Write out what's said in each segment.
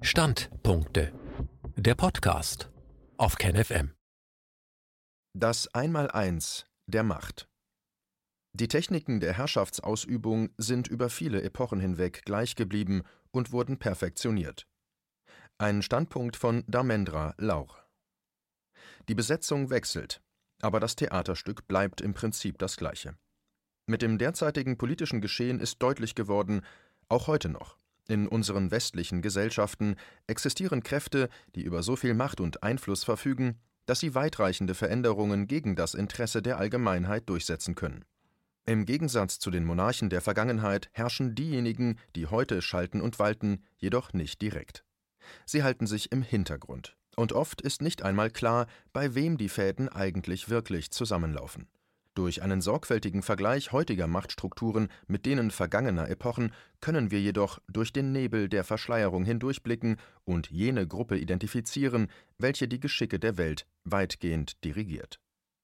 Standpunkte. Der Podcast auf KenFM. Das Einmaleins der Macht. Die Techniken der Herrschaftsausübung sind über viele Epochen hinweg gleich geblieben und wurden perfektioniert. Ein Standpunkt von Dharmendra Laur. Die Besetzung wechselt, aber das Theaterstück bleibt im Prinzip das gleiche. Mit dem derzeitigen politischen Geschehen ist deutlich geworden, auch heute noch, in unseren westlichen Gesellschaften existieren Kräfte, die über so viel Macht und Einfluss verfügen, dass sie weitreichende Veränderungen gegen das Interesse der Allgemeinheit durchsetzen können. Im Gegensatz zu den Monarchen der Vergangenheit herrschen diejenigen, die heute schalten und walten, jedoch nicht direkt. Sie halten sich im Hintergrund, und oft ist nicht einmal klar, bei wem die Fäden eigentlich wirklich zusammenlaufen. Durch einen sorgfältigen Vergleich heutiger Machtstrukturen mit denen vergangener Epochen können wir jedoch durch den Nebel der Verschleierung hindurchblicken und jene Gruppe identifizieren, welche die Geschicke der Welt weitgehend dirigiert.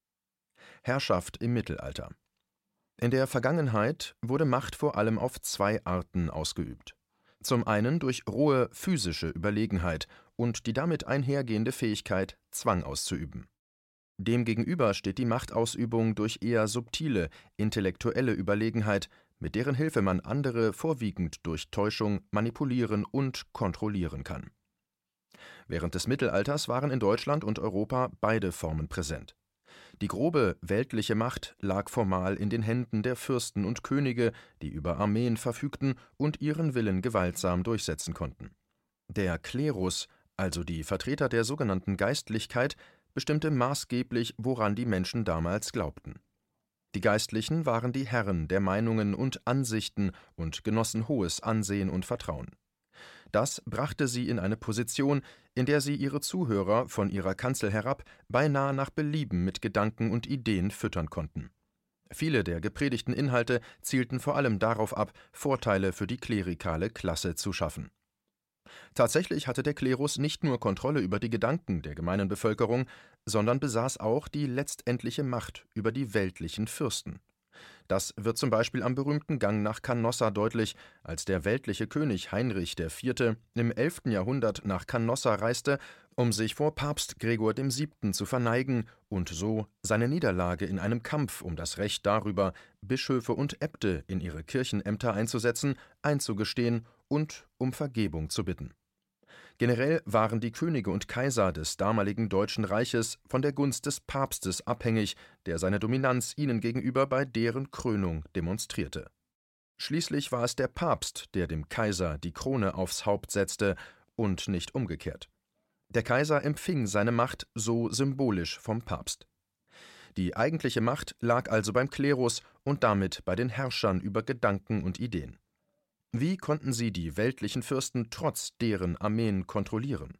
Herrschaft im Mittelalter. In der Vergangenheit wurde Macht vor allem auf zwei Arten ausgeübt. Zum einen durch rohe physische Überlegenheit und die damit einhergehende Fähigkeit, Zwang auszuüben. Demgegenüber steht die Machtausübung durch eher subtile, intellektuelle Überlegenheit, mit deren Hilfe man andere vorwiegend durch Täuschung manipulieren und kontrollieren kann. Während des Mittelalters waren in Deutschland und Europa beide Formen präsent. Die grobe weltliche Macht lag formal in den Händen der Fürsten und Könige, die über Armeen verfügten und ihren Willen gewaltsam durchsetzen konnten. Der Klerus, also die Vertreter der sogenannten Geistlichkeit, bestimmte maßgeblich, woran die Menschen damals glaubten. Die Geistlichen waren die Herren der Meinungen und Ansichten und genossen hohes Ansehen und Vertrauen. Das brachte sie in eine Position, in der sie ihre Zuhörer von ihrer Kanzel herab beinahe nach Belieben mit Gedanken und Ideen füttern konnten. Viele der gepredigten Inhalte zielten vor allem darauf ab, Vorteile für die klerikale Klasse zu schaffen. Tatsächlich hatte der Klerus nicht nur Kontrolle über die Gedanken der gemeinen Bevölkerung, sondern besaß auch die letztendliche Macht über die weltlichen Fürsten. Das wird zum Beispiel am berühmten Gang nach Canossa deutlich, als der weltliche König Heinrich IV. Im 11. Jahrhundert nach Canossa reiste, um sich vor Papst Gregor VII. Zu verneigen und so seine Niederlage in einem Kampf um das Recht darüber, Bischöfe und Äbte in ihre Kirchenämter einzusetzen, einzugestehen und um Vergebung zu bitten. Generell waren die Könige und Kaiser des damaligen Deutschen Reiches von der Gunst des Papstes abhängig, der seine Dominanz ihnen gegenüber bei deren Krönung demonstrierte. Schließlich war es der Papst, der dem Kaiser die Krone aufs Haupt setzte und nicht umgekehrt. Der Kaiser empfing seine Macht so symbolisch vom Papst. Die eigentliche Macht lag also beim Klerus und damit bei den Herrschern über Gedanken und Ideen. Wie konnten sie die weltlichen Fürsten trotz deren Armeen kontrollieren?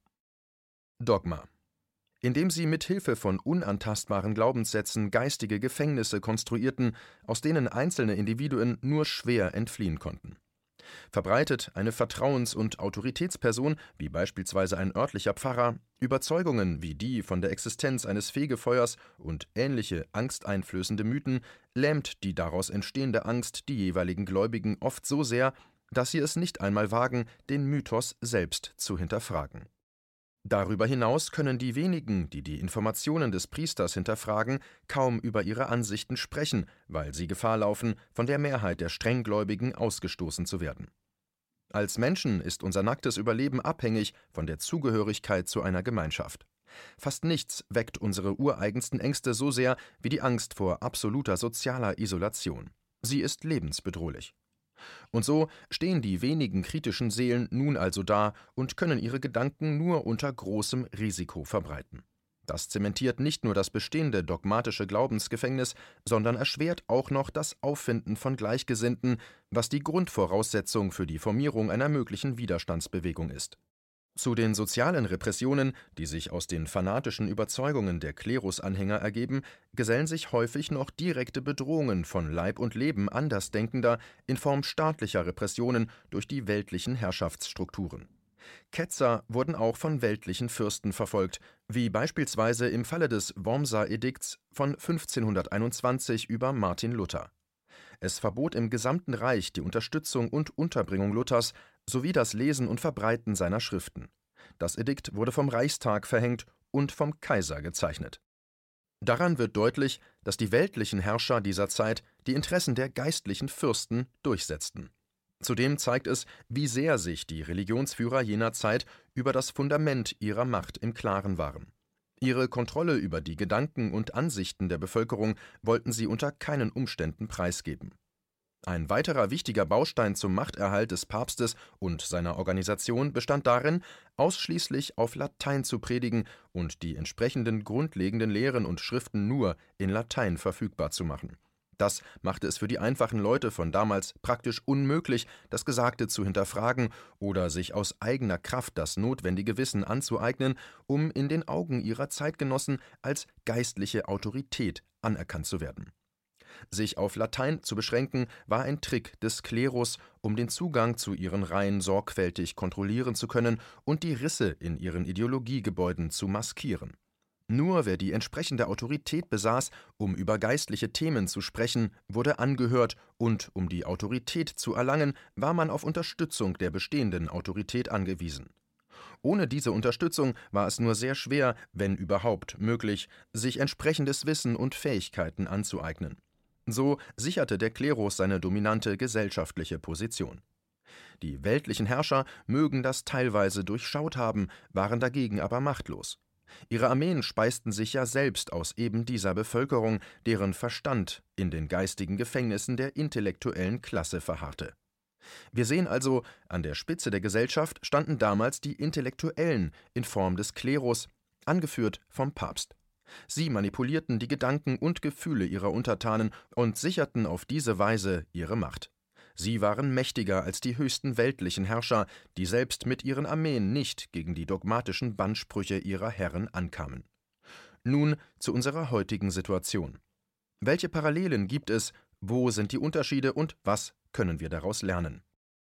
Dogma. Indem sie mit Hilfe von unantastbaren Glaubenssätzen geistige Gefängnisse konstruierten, aus denen einzelne Individuen nur schwer entfliehen konnten. Verbreitet eine Vertrauens- und Autoritätsperson, wie beispielsweise ein örtlicher Pfarrer, Überzeugungen wie die von der Existenz eines Fegefeuers und ähnliche angsteinflößende Mythen, lähmt die daraus entstehende Angst die jeweiligen Gläubigen oft so sehr, dass sie es nicht einmal wagen, den Mythos selbst zu hinterfragen. Darüber hinaus können die wenigen, die die Informationen des Priesters hinterfragen, kaum über ihre Ansichten sprechen, weil sie Gefahr laufen, von der Mehrheit der Strenggläubigen ausgestoßen zu werden. Als Menschen ist unser nacktes Überleben abhängig von der Zugehörigkeit zu einer Gemeinschaft. Fast nichts weckt unsere ureigensten Ängste so sehr wie die Angst vor absoluter sozialer Isolation. Sie ist lebensbedrohlich. Und so stehen die wenigen kritischen Seelen nun also da und können ihre Gedanken nur unter großem Risiko verbreiten. Das zementiert nicht nur das bestehende dogmatische Glaubensgefängnis, sondern erschwert auch noch das Auffinden von Gleichgesinnten, was die Grundvoraussetzung für die Formierung einer möglichen Widerstandsbewegung ist. Zu den sozialen Repressionen, die sich aus den fanatischen Überzeugungen der Klerusanhänger ergeben, gesellen sich häufig noch direkte Bedrohungen von Leib und Leben Andersdenkender in Form staatlicher Repressionen durch die weltlichen Herrschaftsstrukturen. Ketzer wurden auch von weltlichen Fürsten verfolgt, wie beispielsweise im Falle des Wormser Edikts von 1521 über Martin Luther. Es verbot im gesamten Reich die Unterstützung und Unterbringung Luthers, sowie das Lesen und Verbreiten seiner Schriften. Das Edikt wurde vom Reichstag verhängt und vom Kaiser gezeichnet. Daran wird deutlich, dass die weltlichen Herrscher dieser Zeit die Interessen der geistlichen Fürsten durchsetzten. Zudem zeigt es, wie sehr sich die Religionsführer jener Zeit über das Fundament ihrer Macht im Klaren waren. Ihre Kontrolle über die Gedanken und Ansichten der Bevölkerung wollten sie unter keinen Umständen preisgeben. Ein weiterer wichtiger Baustein zum Machterhalt des Papstes und seiner Organisation bestand darin, ausschließlich auf Latein zu predigen und die entsprechenden grundlegenden Lehren und Schriften nur in Latein verfügbar zu machen. Das machte es für die einfachen Leute von damals praktisch unmöglich, das Gesagte zu hinterfragen oder sich aus eigener Kraft das notwendige Wissen anzueignen, um in den Augen ihrer Zeitgenossen als geistliche Autorität anerkannt zu werden. Sich auf Latein zu beschränken, war ein Trick des Klerus, um den Zugang zu ihren Reihen sorgfältig kontrollieren zu können und die Risse in ihren Ideologiegebäuden zu maskieren. Nur wer die entsprechende Autorität besaß, um über geistliche Themen zu sprechen, wurde angehört, und um die Autorität zu erlangen, war man auf Unterstützung der bestehenden Autorität angewiesen. Ohne diese Unterstützung war es nur sehr schwer, wenn überhaupt möglich, sich entsprechendes Wissen und Fähigkeiten anzueignen. So sicherte der Klerus seine dominante gesellschaftliche Position. Die weltlichen Herrscher mögen das teilweise durchschaut haben, waren dagegen aber machtlos. Ihre Armeen speisten sich ja selbst aus eben dieser Bevölkerung, deren Verstand in den geistigen Gefängnissen der intellektuellen Klasse verharrte. Wir sehen also, an der Spitze der Gesellschaft standen damals die Intellektuellen in Form des Klerus, angeführt vom Papst. Sie manipulierten die Gedanken und Gefühle ihrer Untertanen und sicherten auf diese Weise ihre Macht. Sie waren mächtiger als die höchsten weltlichen Herrscher, die selbst mit ihren Armeen nicht gegen die dogmatischen Bannsprüche ihrer Herren ankamen. Nun zu unserer heutigen Situation. Welche Parallelen gibt es, wo sind die Unterschiede und was können wir daraus lernen?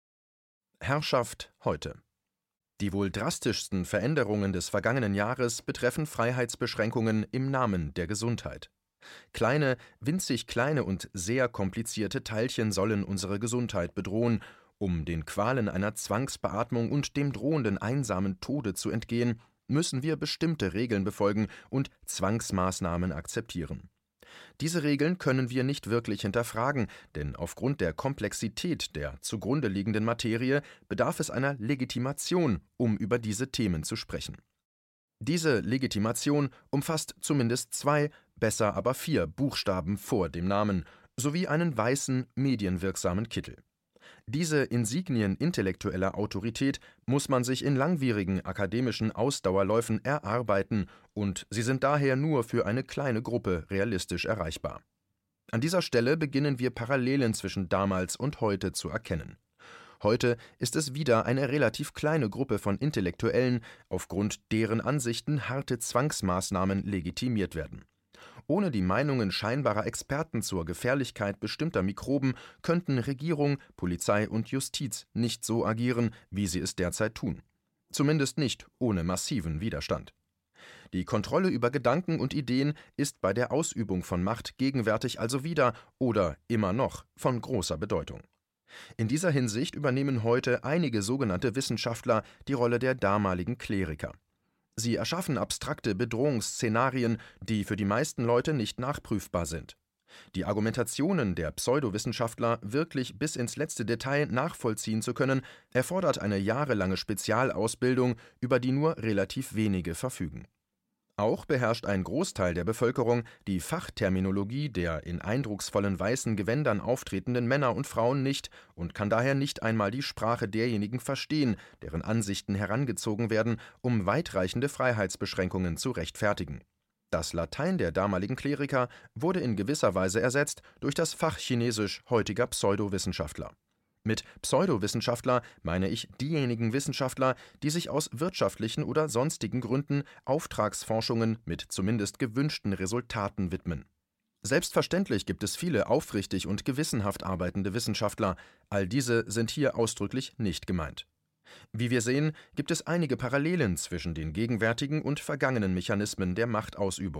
Herrschaft heute. Die wohl drastischsten Veränderungen des vergangenen Jahres betreffen Freiheitsbeschränkungen im Namen der Gesundheit. Kleine, winzig kleine und sehr komplizierte Teilchen sollen unsere Gesundheit bedrohen. Um den Qualen einer Zwangsbeatmung und dem drohenden einsamen Tode zu entgehen, müssen wir bestimmte Regeln befolgen und Zwangsmaßnahmen akzeptieren. Diese Regeln können wir nicht wirklich hinterfragen, denn aufgrund der Komplexität der zugrunde liegenden Materie bedarf es einer Legitimation, um über diese Themen zu sprechen. Diese Legitimation umfasst zumindest 2, besser aber 4 Buchstaben vor dem Namen, sowie einen weißen, medienwirksamen Kittel. Diese Insignien intellektueller Autorität muss man sich in langwierigen akademischen Ausdauerläufen erarbeiten, und sie sind daher nur für eine kleine Gruppe realistisch erreichbar. An dieser Stelle beginnen wir Parallelen zwischen damals und heute zu erkennen. Heute ist es wieder eine relativ kleine Gruppe von Intellektuellen, aufgrund deren Ansichten harte Zwangsmaßnahmen legitimiert werden. Ohne die Meinungen scheinbarer Experten zur Gefährlichkeit bestimmter Mikroben könnten Regierung, Polizei und Justiz nicht so agieren, wie sie es derzeit tun. Zumindest nicht ohne massiven Widerstand. Die Kontrolle über Gedanken und Ideen ist bei der Ausübung von Macht gegenwärtig also wieder oder immer noch von großer Bedeutung. In dieser Hinsicht übernehmen heute einige sogenannte Wissenschaftler die Rolle der damaligen Kleriker. Sie erschaffen abstrakte Bedrohungsszenarien, die für die meisten Leute nicht nachprüfbar sind. Die Argumentationen der Pseudowissenschaftler wirklich bis ins letzte Detail nachvollziehen zu können, erfordert eine jahrelange Spezialausbildung, über die nur relativ wenige verfügen. Auch beherrscht ein Großteil der Bevölkerung die Fachterminologie der in eindrucksvollen weißen Gewändern auftretenden Männer und Frauen nicht und kann daher nicht einmal die Sprache derjenigen verstehen, deren Ansichten herangezogen werden, um weitreichende Freiheitsbeschränkungen zu rechtfertigen. Das Latein der damaligen Kleriker wurde in gewisser Weise ersetzt durch das Fachchinesisch heutiger Pseudowissenschaftler. Mit Pseudowissenschaftler meine ich diejenigen Wissenschaftler, die sich aus wirtschaftlichen oder sonstigen Gründen Auftragsforschungen mit zumindest gewünschten Resultaten widmen. Selbstverständlich gibt es viele aufrichtig und gewissenhaft arbeitende Wissenschaftler, all diese sind hier ausdrücklich nicht gemeint. Wie wir sehen, gibt es einige Parallelen zwischen den gegenwärtigen und vergangenen Mechanismen der Machtausübung.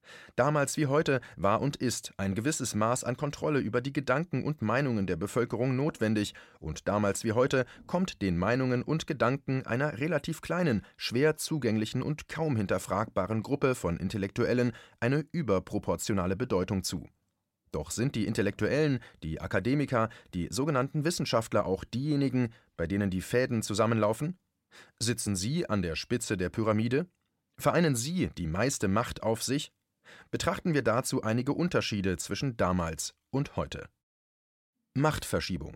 Damals wie heute war und ist ein gewisses Maß an Kontrolle über die Gedanken und Meinungen der Bevölkerung notwendig, und damals wie heute kommt den Meinungen und Gedanken einer relativ kleinen, schwer zugänglichen und kaum hinterfragbaren Gruppe von Intellektuellen eine überproportionale Bedeutung zu. Doch sind die Intellektuellen, die Akademiker, die sogenannten Wissenschaftler auch diejenigen, bei denen die Fäden zusammenlaufen? Sitzen sie an der Spitze der Pyramide? Vereinen sie die meiste Macht auf sich? Betrachten wir dazu einige Unterschiede zwischen damals und heute. Machtverschiebung.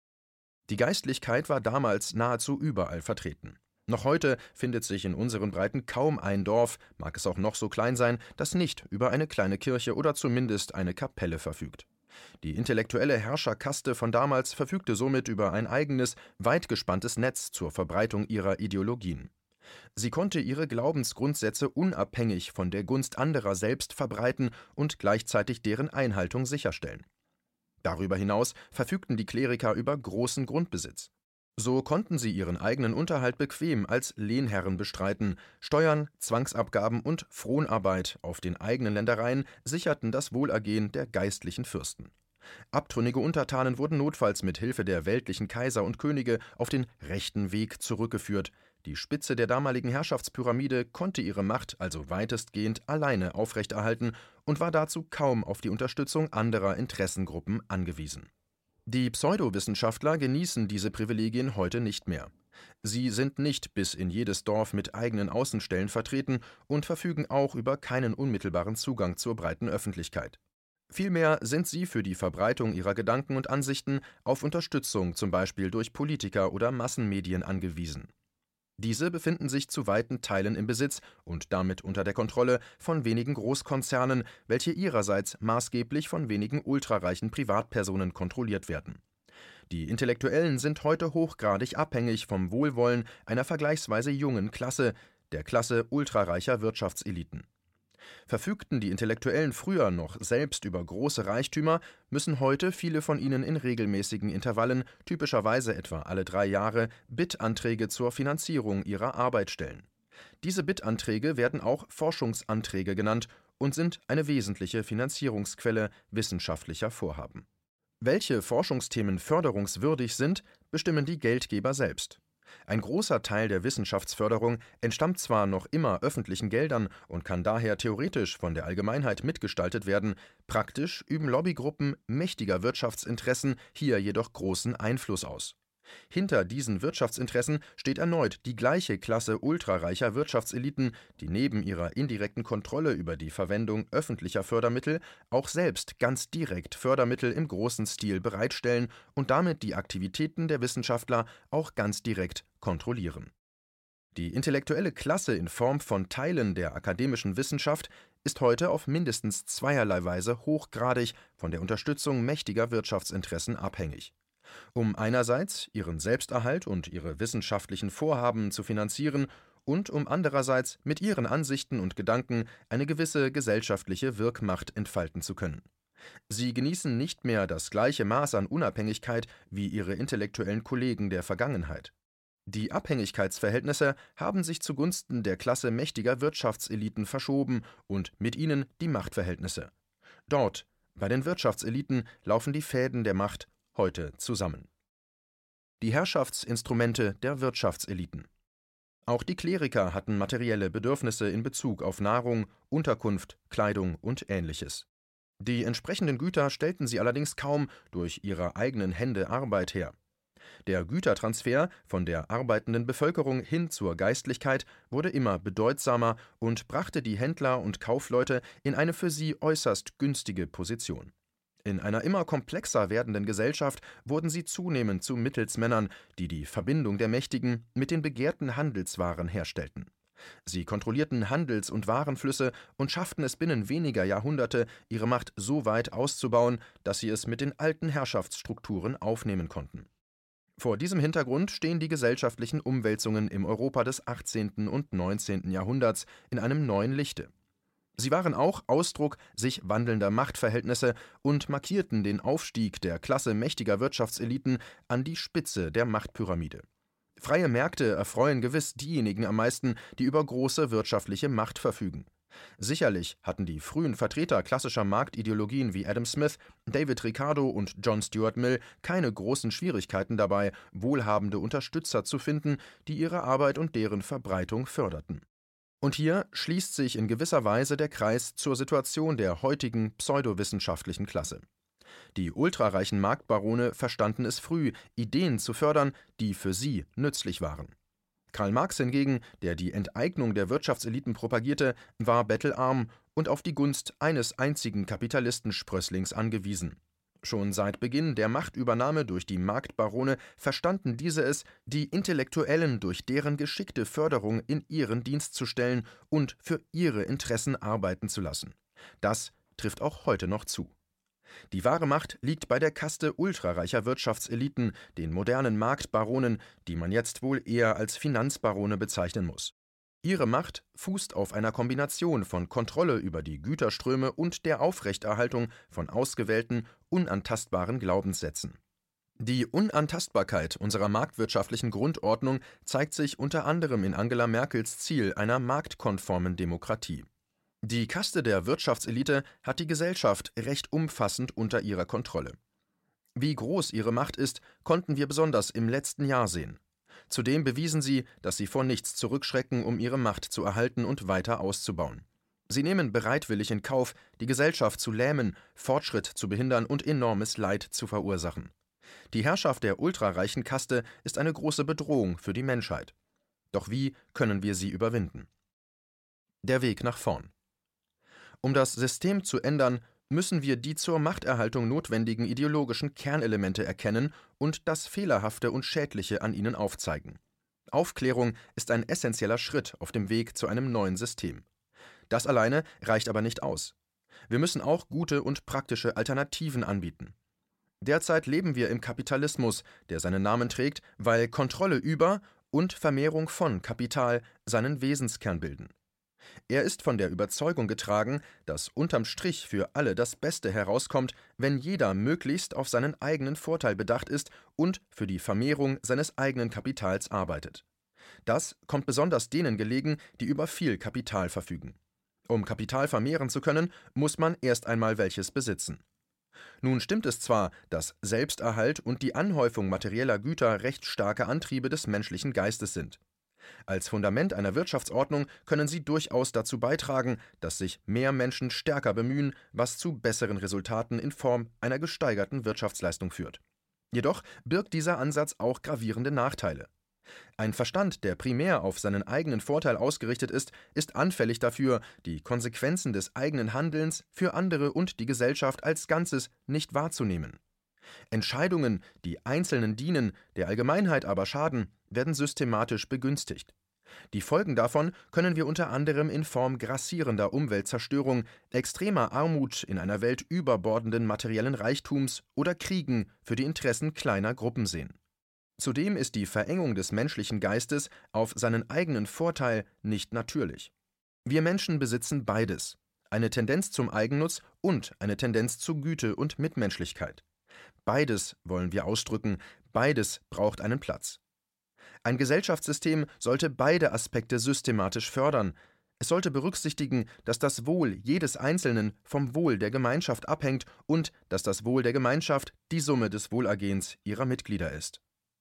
Die Geistlichkeit war damals nahezu überall vertreten. Noch heute findet sich in unseren Breiten kaum ein Dorf, mag es auch noch so klein sein, das nicht über eine kleine Kirche oder zumindest eine Kapelle verfügt. Die intellektuelle Herrscherkaste von damals verfügte somit über ein eigenes, weit gespanntes Netz zur Verbreitung ihrer Ideologien. Sie konnte ihre Glaubensgrundsätze unabhängig von der Gunst anderer selbst verbreiten und gleichzeitig deren Einhaltung sicherstellen. Darüber hinaus verfügten die Kleriker über großen Grundbesitz. So konnten sie ihren eigenen Unterhalt bequem als Lehnherren bestreiten. Steuern, Zwangsabgaben und Fronarbeit auf den eigenen Ländereien sicherten das Wohlergehen der geistlichen Fürsten. Abtrünnige Untertanen wurden notfalls mit Hilfe der weltlichen Kaiser und Könige auf den rechten Weg zurückgeführt. Die Spitze der damaligen Herrschaftspyramide konnte ihre Macht also weitestgehend alleine aufrechterhalten und war dazu kaum auf die Unterstützung anderer Interessengruppen angewiesen. Die Pseudowissenschaftler genießen diese Privilegien heute nicht mehr. Sie sind nicht bis in jedes Dorf mit eigenen Außenstellen vertreten und verfügen auch über keinen unmittelbaren Zugang zur breiten Öffentlichkeit. Vielmehr sind sie für die Verbreitung ihrer Gedanken und Ansichten auf Unterstützung zum Beispiel durch Politiker oder Massenmedien angewiesen. Diese befinden sich zu weiten Teilen im Besitz und damit unter der Kontrolle von wenigen Großkonzernen, welche ihrerseits maßgeblich von wenigen ultrareichen Privatpersonen kontrolliert werden. Die Intellektuellen sind heute hochgradig abhängig vom Wohlwollen einer vergleichsweise jungen Klasse, der Klasse ultrareicher Wirtschaftseliten. Verfügten die Intellektuellen früher noch selbst über große Reichtümer, müssen heute viele von ihnen in regelmäßigen Intervallen, typischerweise etwa alle 3 Jahre, Bittanträge zur Finanzierung ihrer Arbeit stellen. Diese Bittanträge werden auch Forschungsanträge genannt und sind eine wesentliche Finanzierungsquelle wissenschaftlicher Vorhaben. Welche Forschungsthemen förderungswürdig sind, bestimmen die Geldgeber selbst. Ein großer Teil der Wissenschaftsförderung entstammt zwar noch immer öffentlichen Geldern und kann daher theoretisch von der Allgemeinheit mitgestaltet werden, praktisch üben Lobbygruppen mächtiger Wirtschaftsinteressen hier jedoch großen Einfluss aus. Hinter diesen Wirtschaftsinteressen steht erneut die gleiche Klasse ultrareicher Wirtschaftseliten, die neben ihrer indirekten Kontrolle über die Verwendung öffentlicher Fördermittel auch selbst ganz direkt Fördermittel im großen Stil bereitstellen und damit die Aktivitäten der Wissenschaftler auch ganz direkt kontrollieren. Die intellektuelle Klasse in Form von Teilen der akademischen Wissenschaft ist heute auf mindestens zweierlei Weise hochgradig von der Unterstützung mächtiger Wirtschaftsinteressen abhängig. Um einerseits ihren Selbsterhalt und ihre wissenschaftlichen Vorhaben zu finanzieren und um andererseits mit ihren Ansichten und Gedanken eine gewisse gesellschaftliche Wirkmacht entfalten zu können. Sie genießen nicht mehr das gleiche Maß an Unabhängigkeit wie ihre intellektuellen Kollegen der Vergangenheit. Die Abhängigkeitsverhältnisse haben sich zugunsten der Klasse mächtiger Wirtschaftseliten verschoben und mit ihnen die Machtverhältnisse. Dort, bei den Wirtschaftseliten, laufen die Fäden der Macht heute zusammen. Die Herrschaftsinstrumente der Wirtschaftseliten. Auch die Kleriker hatten materielle Bedürfnisse in Bezug auf Nahrung, Unterkunft, Kleidung und Ähnliches. Die entsprechenden Güter stellten sie allerdings kaum durch ihre eigenen Hände Arbeit her. Der Gütertransfer von der arbeitenden Bevölkerung hin zur Geistlichkeit wurde immer bedeutsamer und brachte die Händler und Kaufleute in eine für sie äußerst günstige Position. In einer immer komplexer werdenden Gesellschaft wurden sie zunehmend zu Mittelsmännern, die die Verbindung der Mächtigen mit den begehrten Handelswaren herstellten. Sie kontrollierten Handels- und Warenflüsse und schafften es binnen weniger Jahrhunderte, ihre Macht so weit auszubauen, dass sie es mit den alten Herrschaftsstrukturen aufnehmen konnten. Vor diesem Hintergrund stehen die gesellschaftlichen Umwälzungen im Europa des 18. und 19. Jahrhunderts in einem neuen Lichte. Sie waren auch Ausdruck sich wandelnder Machtverhältnisse und markierten den Aufstieg der Klasse mächtiger Wirtschaftseliten an die Spitze der Machtpyramide. Freie Märkte erfreuen gewiss diejenigen am meisten, die über große wirtschaftliche Macht verfügen. Sicherlich hatten die frühen Vertreter klassischer Marktideologien wie Adam Smith, David Ricardo und John Stuart Mill keine großen Schwierigkeiten dabei, wohlhabende Unterstützer zu finden, die ihre Arbeit und deren Verbreitung förderten. Und hier schließt sich in gewisser Weise der Kreis zur Situation der heutigen pseudowissenschaftlichen Klasse. Die ultrareichen Marktbarone verstanden es früh, Ideen zu fördern, die für sie nützlich waren. Karl Marx hingegen, der die Enteignung der Wirtschaftseliten propagierte, war bettelarm und auf die Gunst eines einzigen Kapitalistensprösslings angewiesen. Schon seit Beginn der Machtübernahme durch die Marktbarone verstanden diese es, die Intellektuellen durch deren geschickte Förderung in ihren Dienst zu stellen und für ihre Interessen arbeiten zu lassen. Das trifft auch heute noch zu. Die wahre Macht liegt bei der Kaste ultrareicher Wirtschaftseliten, den modernen Marktbaronen, die man jetzt wohl eher als Finanzbarone bezeichnen muss. Ihre Macht fußt auf einer Kombination von Kontrolle über die Güterströme und der Aufrechterhaltung von ausgewählten, unantastbaren Glaubenssätzen. Die Unantastbarkeit unserer marktwirtschaftlichen Grundordnung zeigt sich unter anderem in Angela Merkels Ziel einer marktkonformen Demokratie. Die Kaste der Wirtschaftselite hat die Gesellschaft recht umfassend unter ihrer Kontrolle. Wie groß ihre Macht ist, konnten wir besonders im letzten Jahr sehen. Zudem bewiesen sie, dass sie vor nichts zurückschrecken, um ihre Macht zu erhalten und weiter auszubauen. Sie nehmen bereitwillig in Kauf, die Gesellschaft zu lähmen, Fortschritt zu behindern und enormes Leid zu verursachen. Die Herrschaft der ultrareichen Kaste ist eine große Bedrohung für die Menschheit. Doch wie können wir sie überwinden? Der Weg nach vorn. Um das System zu ändern, müssen wir die zur Machterhaltung notwendigen ideologischen Kernelemente erkennen und das Fehlerhafte und Schädliche an ihnen aufzeigen. Aufklärung ist ein essentieller Schritt auf dem Weg zu einem neuen System. Das alleine reicht aber nicht aus. Wir müssen auch gute und praktische Alternativen anbieten. Derzeit leben wir im Kapitalismus, der seinen Namen trägt, weil Kontrolle über und Vermehrung von Kapital seinen Wesenskern bilden. Er ist von der Überzeugung getragen, dass unterm Strich für alle das Beste herauskommt, wenn jeder möglichst auf seinen eigenen Vorteil bedacht ist und für die Vermehrung seines eigenen Kapitals arbeitet. Das kommt besonders denen gelegen, die über viel Kapital verfügen. Um Kapital vermehren zu können, muss man erst einmal welches besitzen. Nun stimmt es zwar, dass Selbsterhalt und die Anhäufung materieller Güter recht starke Antriebe des menschlichen Geistes sind. Als Fundament einer Wirtschaftsordnung können sie durchaus dazu beitragen, dass sich mehr Menschen stärker bemühen, was zu besseren Resultaten in Form einer gesteigerten Wirtschaftsleistung führt. Jedoch birgt dieser Ansatz auch gravierende Nachteile. Ein Verstand, der primär auf seinen eigenen Vorteil ausgerichtet ist, ist anfällig dafür, die Konsequenzen des eigenen Handelns für andere und die Gesellschaft als Ganzes nicht wahrzunehmen. Entscheidungen, die Einzelnen dienen, der Allgemeinheit aber schaden, werden systematisch begünstigt. Die Folgen davon können wir unter anderem in Form grassierender Umweltzerstörung, extremer Armut in einer Welt überbordenden materiellen Reichtums oder Kriegen für die Interessen kleiner Gruppen sehen. Zudem ist die Verengung des menschlichen Geistes auf seinen eigenen Vorteil nicht natürlich. Wir Menschen besitzen beides: eine Tendenz zum Eigennutz und eine Tendenz zu Güte und Mitmenschlichkeit. Beides wollen wir ausdrücken, beides braucht einen Platz. Ein Gesellschaftssystem sollte beide Aspekte systematisch fördern. Es sollte berücksichtigen, dass das Wohl jedes Einzelnen vom Wohl der Gemeinschaft abhängt und dass das Wohl der Gemeinschaft die Summe des Wohlergehens ihrer Mitglieder ist.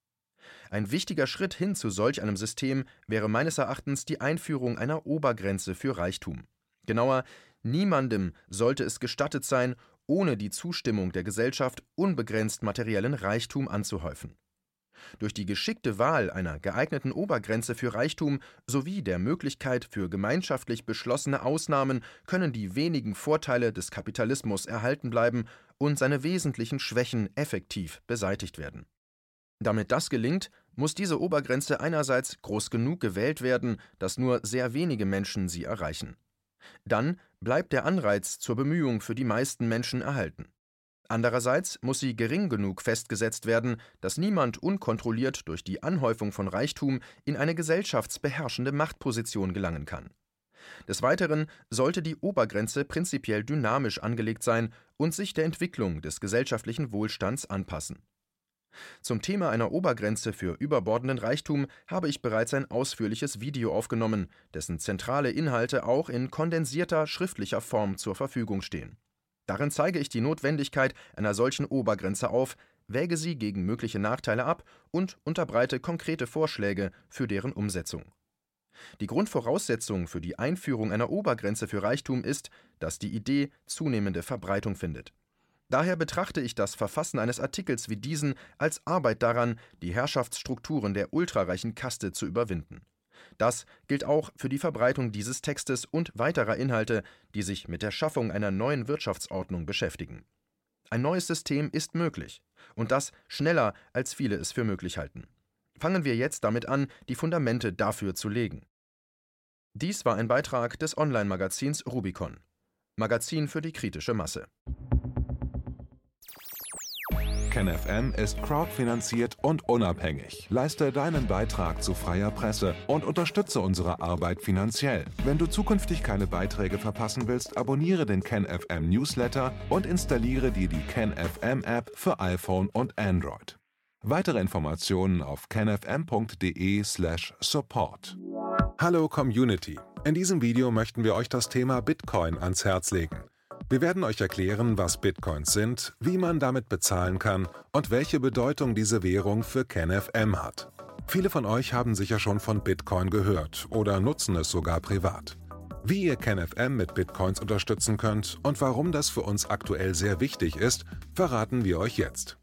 Ein wichtiger Schritt hin zu solch einem System wäre meines Erachtens die Einführung einer Obergrenze für Reichtum. Genauer, niemandem sollte es gestattet sein, ohne die Zustimmung der Gesellschaft unbegrenzt materiellen Reichtum anzuhäufen. Durch die geschickte Wahl einer geeigneten Obergrenze für Reichtum sowie der Möglichkeit für gemeinschaftlich beschlossene Ausnahmen können die wenigen Vorteile des Kapitalismus erhalten bleiben und seine wesentlichen Schwächen effektiv beseitigt werden. Damit das gelingt, muss diese Obergrenze einerseits groß genug gewählt werden, dass nur sehr wenige Menschen sie erreichen. Dann bleibt der Anreiz zur Bemühung für die meisten Menschen erhalten. Andererseits muss sie gering genug festgesetzt werden, dass niemand unkontrolliert durch die Anhäufung von Reichtum in eine gesellschaftsbeherrschende Machtposition gelangen kann. Des Weiteren sollte die Obergrenze prinzipiell dynamisch angelegt sein und sich der Entwicklung des gesellschaftlichen Wohlstands anpassen. Zum Thema einer Obergrenze für überbordenden Reichtum habe ich bereits ein ausführliches Video aufgenommen, dessen zentrale Inhalte auch in kondensierter schriftlicher Form zur Verfügung stehen. Darin zeige ich die Notwendigkeit einer solchen Obergrenze auf, wäge sie gegen mögliche Nachteile ab und unterbreite konkrete Vorschläge für deren Umsetzung. Die Grundvoraussetzung für die Einführung einer Obergrenze für Reichtum ist, dass die Idee zunehmende Verbreitung findet. Daher betrachte ich das Verfassen eines Artikels wie diesen als Arbeit daran, die Herrschaftsstrukturen der ultrareichen Kaste zu überwinden. Das gilt auch für die Verbreitung dieses Textes und weiterer Inhalte, die sich mit der Schaffung einer neuen Wirtschaftsordnung beschäftigen. Ein neues System ist möglich, und das schneller, als viele es für möglich halten. Fangen wir jetzt damit an, die Fundamente dafür zu legen. Dies war ein Beitrag des Online-Magazins Rubicon. Magazin für die kritische Masse. KenFM ist crowdfinanziert und unabhängig. Leiste deinen Beitrag zu freier Presse und unterstütze unsere Arbeit finanziell. Wenn du zukünftig keine Beiträge verpassen willst, abonniere den KenFM Newsletter und installiere dir die KenFM App für iPhone und Android. Weitere Informationen auf kenfm.de/support. Hallo Community! In diesem Video möchten wir euch das Thema Bitcoin ans Herz legen. Wir werden euch erklären, was Bitcoins sind, wie man damit bezahlen kann und welche Bedeutung diese Währung für KenFM hat. Viele von euch haben sicher schon von Bitcoin gehört oder nutzen es sogar privat. Wie ihr KenFM mit Bitcoins unterstützen könnt und warum das für uns aktuell sehr wichtig ist, verraten wir euch jetzt.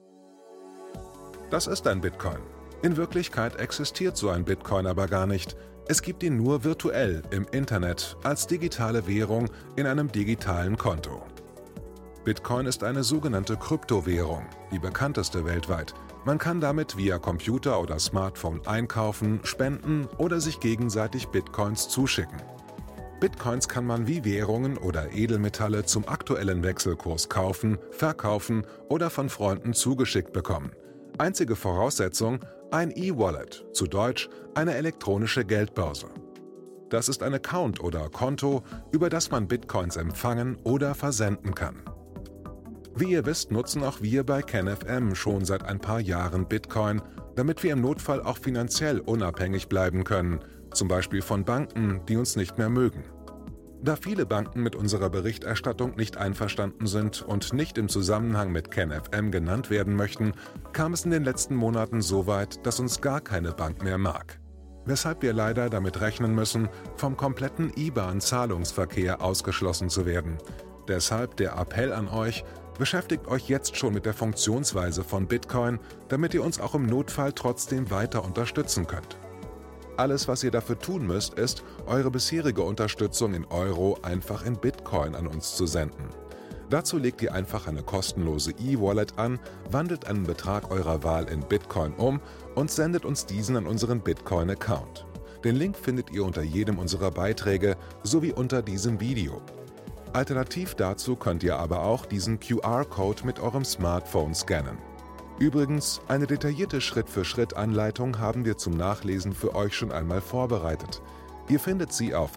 Das ist ein Bitcoin. In Wirklichkeit existiert so ein Bitcoin aber gar nicht. Es gibt ihn nur virtuell im Internet als digitale Währung in einem digitalen Konto. Bitcoin ist eine sogenannte Kryptowährung, die bekannteste weltweit. Man kann damit via Computer oder Smartphone einkaufen, spenden oder sich gegenseitig Bitcoins zuschicken. Bitcoins kann man wie Währungen oder Edelmetalle zum aktuellen Wechselkurs kaufen, verkaufen oder von Freunden zugeschickt bekommen. Einzige Voraussetzung: ein E-Wallet, zu Deutsch eine elektronische Geldbörse. Das ist ein Account oder Konto, über das man Bitcoins empfangen oder versenden kann. Wie ihr wisst, nutzen auch wir bei KenFM schon seit ein paar Jahren Bitcoin, damit wir im Notfall auch finanziell unabhängig bleiben können, zum Beispiel von Banken, die uns nicht mehr mögen. Da viele Banken mit unserer Berichterstattung nicht einverstanden sind und nicht im Zusammenhang mit KenFM genannt werden möchten, kam es in den letzten Monaten so weit, dass uns gar keine Bank mehr mag. Weshalb wir leider damit rechnen müssen, vom kompletten IBAN-Zahlungsverkehr ausgeschlossen zu werden. Deshalb der Appell an euch: Beschäftigt euch jetzt schon mit der Funktionsweise von Bitcoin, damit ihr uns auch im Notfall trotzdem weiter unterstützen könnt. Alles, was ihr dafür tun müsst, ist, eure bisherige Unterstützung in Euro einfach in Bitcoin an uns zu senden. Dazu legt ihr einfach eine kostenlose E-Wallet an, wandelt einen Betrag eurer Wahl in Bitcoin um und sendet uns diesen an unseren Bitcoin-Account. Den Link findet ihr unter jedem unserer Beiträge sowie unter diesem Video. Alternativ dazu könnt ihr aber auch diesen QR-Code mit eurem Smartphone scannen. Übrigens, eine detaillierte Schritt-für-Schritt-Anleitung haben wir zum Nachlesen für euch schon einmal vorbereitet. Ihr findet sie auf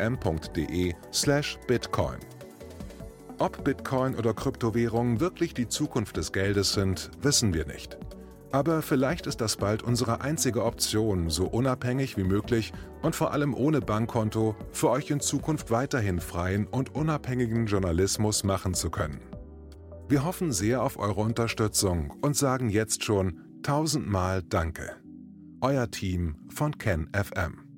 kenfm.de/bitcoin. Ob Bitcoin oder Kryptowährungen wirklich die Zukunft des Geldes sind, wissen wir nicht. Aber vielleicht ist das bald unsere einzige Option, so unabhängig wie möglich und vor allem ohne Bankkonto für euch in Zukunft weiterhin freien und unabhängigen Journalismus machen zu können. Wir hoffen sehr auf eure Unterstützung und sagen jetzt schon 1000-mal Danke. Euer Team von KenFM.